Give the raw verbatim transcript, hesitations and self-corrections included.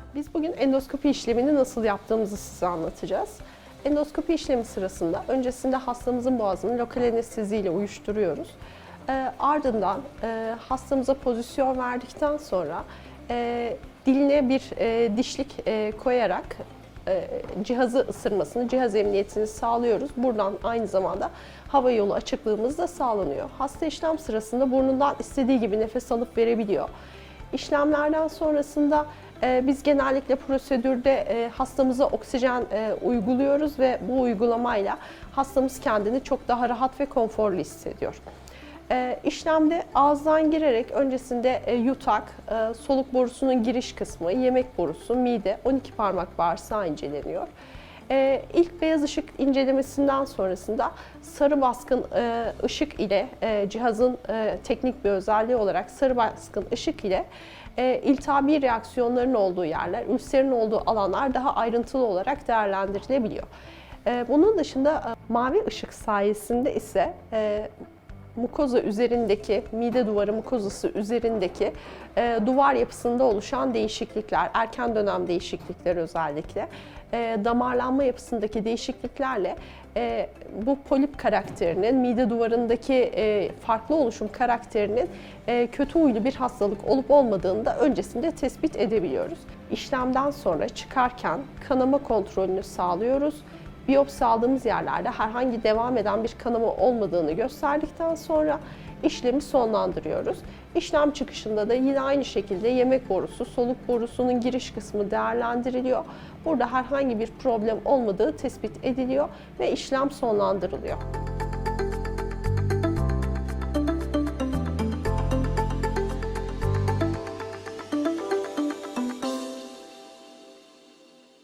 Biz bugün endoskopi işlemini nasıl yaptığımızı size anlatacağız. Endoskopi işlemi sırasında öncesinde hastamızın boğazını lokal anesteziyle uyuşturuyoruz. E, ardından e, hastamıza pozisyon verdikten sonra e, diline bir e, dişlik e, koyarak e, cihazı ısırmasını, cihaz emniyetini sağlıyoruz. Buradan aynı zamanda hava yolu açıklığımız da sağlanıyor. Hasta işlem sırasında burnundan istediği gibi nefes alıp verebiliyor. İşlemlerden sonrasında e, biz genellikle prosedürde e, hastamıza oksijen e, uyguluyoruz ve bu uygulamayla hastamız kendini çok daha rahat ve konforlu hissediyor. E, işlemde ağızdan girerek öncesinde e, yutak, e, soluk borusunun giriş kısmı, yemek borusu, mide, on iki parmak bağırsağı inceleniyor. Ee, ilk beyaz ışık incelemesinden sonrasında sarı baskın e, ışık ile e, cihazın e, teknik bir özelliği olarak sarı baskın ışık ile e, iltihabi reaksiyonların olduğu yerler, ülserin olduğu alanlar daha ayrıntılı olarak değerlendirilebiliyor. E, bunun dışında e, mavi ışık sayesinde ise e, mukoza üzerindeki, mide duvarı mukozası üzerindeki e, duvar yapısında oluşan değişiklikler, erken dönem değişiklikler özellikle, e, damarlanma yapısındaki değişikliklerle e, bu polip karakterinin, mide duvarındaki e, farklı oluşum karakterinin e, kötü huylu bir hastalık olup olmadığını da öncesinde tespit edebiliyoruz. İşlemden sonra çıkarken kanama kontrolünü sağlıyoruz. Biyopsi aldığımız yerlerde herhangi devam eden bir kanama olmadığını gösterdikten sonra işlemi sonlandırıyoruz. İşlem çıkışında da yine aynı şekilde yemek borusu, soluk borusunun giriş kısmı değerlendiriliyor. Burada herhangi bir problem olmadığı tespit ediliyor ve işlem sonlandırılıyor.